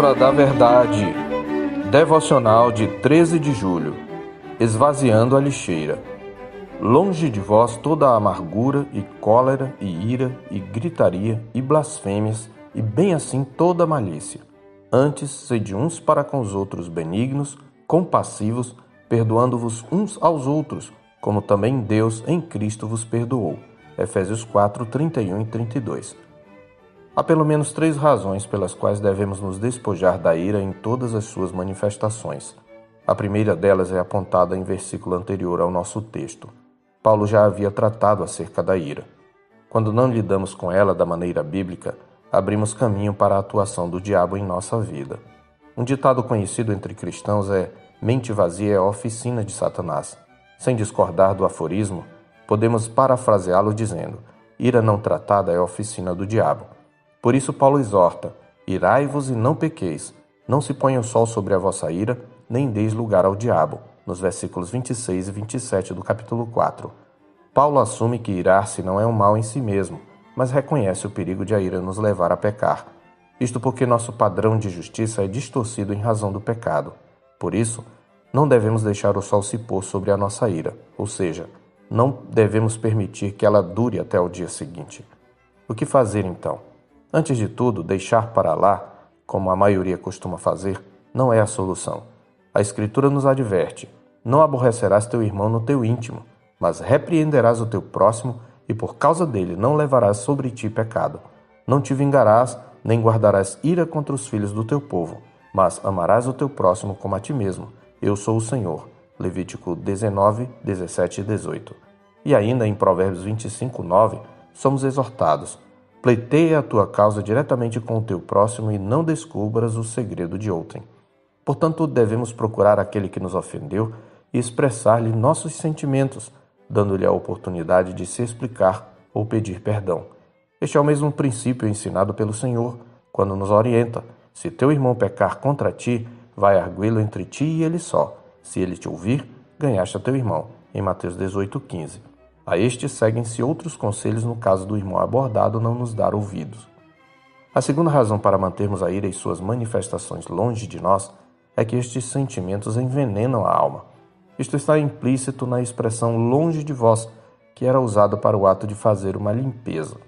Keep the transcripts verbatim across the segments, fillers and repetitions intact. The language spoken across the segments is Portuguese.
Palavra da Verdade. Devocional de treze de julho. Esvaziando a lixeira. Longe de vós toda a amargura e cólera e ira e gritaria e blasfêmias e bem assim toda a malícia. Antes, sede uns para com os outros benignos, compassivos, perdoando-vos uns aos outros, como também Deus em Cristo vos perdoou. Efésios quatro, trinta e um e trinta e dois. Há pelo menos três razões pelas quais devemos nos despojar da ira em todas as suas manifestações. A primeira delas é apontada em versículo anterior ao nosso texto. Paulo já havia tratado acerca da ira. Quando não lidamos com ela da maneira bíblica, abrimos caminho para a atuação do diabo em nossa vida. Um ditado conhecido entre cristãos é: mente vazia é a oficina de Satanás. Sem discordar do aforismo, podemos parafraseá-lo dizendo: ira não tratada é a oficina do diabo. Por isso Paulo exorta: irai-vos e não pequeis, não se ponha o sol sobre a vossa ira, nem deis lugar ao diabo, nos versículos vinte e seis e vinte e sete do capítulo quatro. Paulo assume que irar-se não é um mal em si mesmo, mas reconhece o perigo de a ira nos levar a pecar. Isto porque nosso padrão de justiça é distorcido em razão do pecado. Por isso, não devemos deixar o sol se pôr sobre a nossa ira, ou seja, não devemos permitir que ela dure até o dia seguinte. O que fazer então? Antes de tudo, deixar para lá, como a maioria costuma fazer, não é a solução. A Escritura nos adverte: não aborrecerás teu irmão no teu íntimo, mas repreenderás o teu próximo, e por causa dele não levarás sobre ti pecado. Não te vingarás, nem guardarás ira contra os filhos do teu povo, mas amarás o teu próximo como a ti mesmo. Eu sou o Senhor. Levítico dezenove, dezessete e dezoito. E ainda em Provérbios vinte e cinco, nove, somos exortados: pleiteia a tua causa diretamente com o teu próximo e não descubras o segredo de outrem. Portanto, devemos procurar aquele que nos ofendeu e expressar-lhe nossos sentimentos, dando-lhe a oportunidade de se explicar ou pedir perdão. Este é o mesmo princípio ensinado pelo Senhor, quando nos orienta: se teu irmão pecar contra ti, vai arguí-lo entre ti e ele só. Se ele te ouvir, ganhaste a teu irmão. Em Mateus dezoito, quinze. A este seguem-se outros conselhos no caso do irmão abordado não nos dar ouvidos. A segunda razão para mantermos a ira e suas manifestações longe de nós é que estes sentimentos envenenam a alma. Isto está implícito na expressão longe de vós, que era usada para o ato de fazer uma limpeza.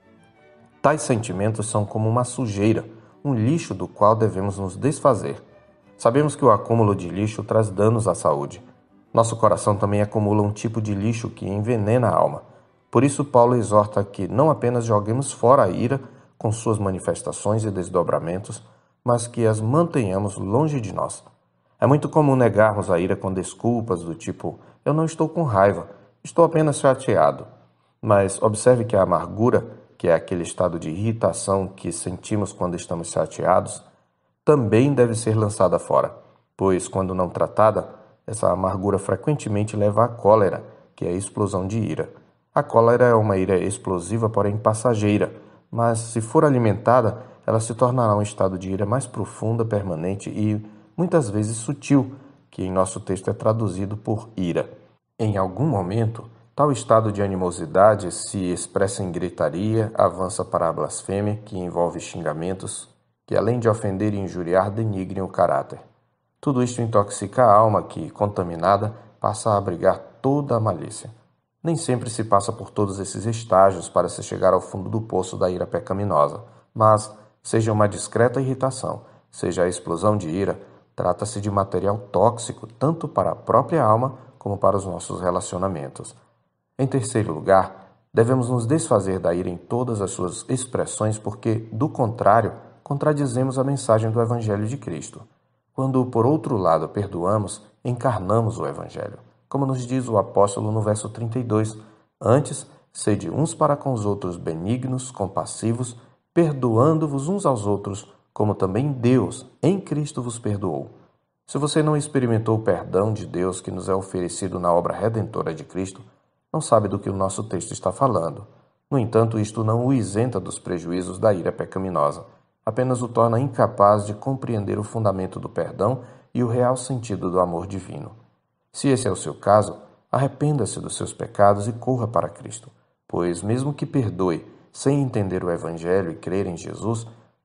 Tais sentimentos são como uma sujeira, um lixo do qual devemos nos desfazer. Sabemos que o acúmulo de lixo traz danos à saúde. Nosso coração também acumula um tipo de lixo que envenena a alma. Por isso, Paulo exorta que não apenas joguemos fora a ira com suas manifestações e desdobramentos, mas que as mantenhamos longe de nós. É muito comum negarmos a ira com desculpas do tipo: eu não estou com raiva, estou apenas chateado. Mas observe que a amargura, que é aquele estado de irritação que sentimos quando estamos chateados, também deve ser lançada fora, pois, quando não tratada, essa amargura frequentemente leva à cólera, que é a explosão de ira. A cólera é uma ira explosiva, porém passageira, mas se for alimentada, ela se tornará um estado de ira mais profunda, permanente e, muitas vezes, sutil, que em nosso texto é traduzido por ira. Em algum momento, tal estado de animosidade se expressa em gritaria, avança para a blasfêmia, que envolve xingamentos, que além de ofender e injuriar, denigrem o caráter. Tudo isto intoxica a alma que, contaminada, passa a abrigar toda a malícia. Nem sempre se passa por todos esses estágios para se chegar ao fundo do poço da ira pecaminosa, mas, seja uma discreta irritação, seja a explosão de ira, trata-se de material tóxico tanto para a própria alma como para os nossos relacionamentos. Em terceiro lugar, devemos nos desfazer da ira em todas as suas expressões porque, do contrário, contradizemos a mensagem do Evangelho de Cristo. Quando, por outro lado, perdoamos, encarnamos o Evangelho. Como nos diz o apóstolo no verso trinta e dois, antes, sede uns para com os outros benignos, compassivos, perdoando-vos uns aos outros, como também Deus, em Cristo, vos perdoou. Se você não experimentou o perdão de Deus que nos é oferecido na obra redentora de Cristo, não sabe do que o nosso texto está falando. No entanto, isto não o isenta dos prejuízos da ira pecaminosa, apenas o torna incapaz de compreender o fundamento do perdão e o real sentido do amor divino. Se esse é o seu caso, arrependa-se dos seus pecados e corra para Cristo, pois mesmo que perdoe sem entender o Evangelho e crer em Jesus,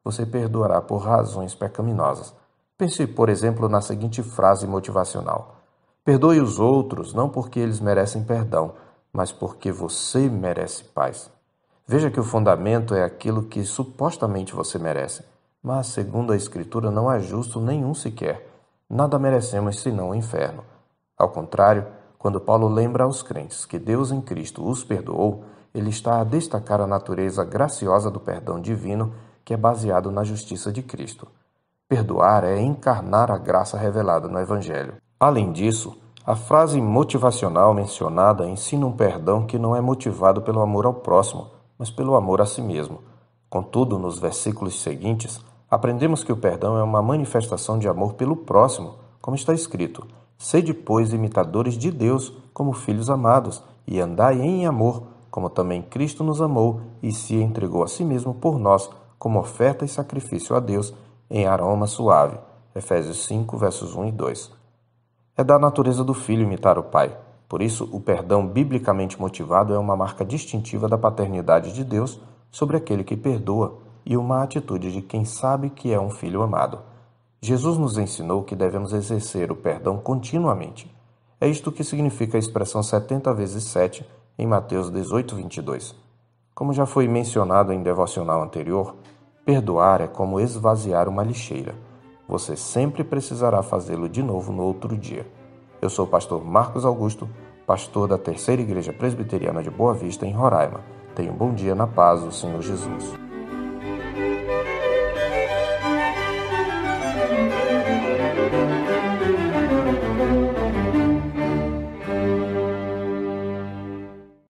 você perdoará por razões pecaminosas. Pense, por exemplo, na seguinte frase motivacional: perdoe os outros não porque eles merecem perdão, mas porque você merece paz. Veja que o fundamento é aquilo que supostamente você merece, mas, segundo a Escritura, não há justo nenhum sequer. Nada merecemos senão o inferno. Ao contrário, quando Paulo lembra aos crentes que Deus em Cristo os perdoou, ele está a destacar a natureza graciosa do perdão divino que é baseado na justiça de Cristo. Perdoar é encarnar a graça revelada no Evangelho. Além disso, a frase motivacional mencionada ensina um perdão que não é motivado pelo amor ao próximo, mas pelo amor a si mesmo. Contudo, nos versículos seguintes, aprendemos que o perdão é uma manifestação de amor pelo próximo, como está escrito: sede, pois, imitadores de Deus como filhos amados, e andai em amor, como também Cristo nos amou e se entregou a si mesmo por nós, como oferta e sacrifício a Deus, em aroma suave. Efésios cinco, versos um e dois. É da natureza do filho imitar o pai. Por isso, o perdão biblicamente motivado é uma marca distintiva da paternidade de Deus sobre aquele que perdoa e uma atitude de quem sabe que é um filho amado. Jesus nos ensinou que devemos exercer o perdão continuamente. É isto que significa a expressão setenta vezes sete em Mateus dezoito, vinte e dois. Como já foi mencionado em devocional anterior, perdoar é como esvaziar uma lixeira. Você sempre precisará fazê-lo de novo no outro dia. Eu sou o pastor Marcos Augusto, pastor da Terceira Igreja Presbiteriana de Boa Vista, em Roraima. Tenha um bom dia na paz do Senhor Jesus.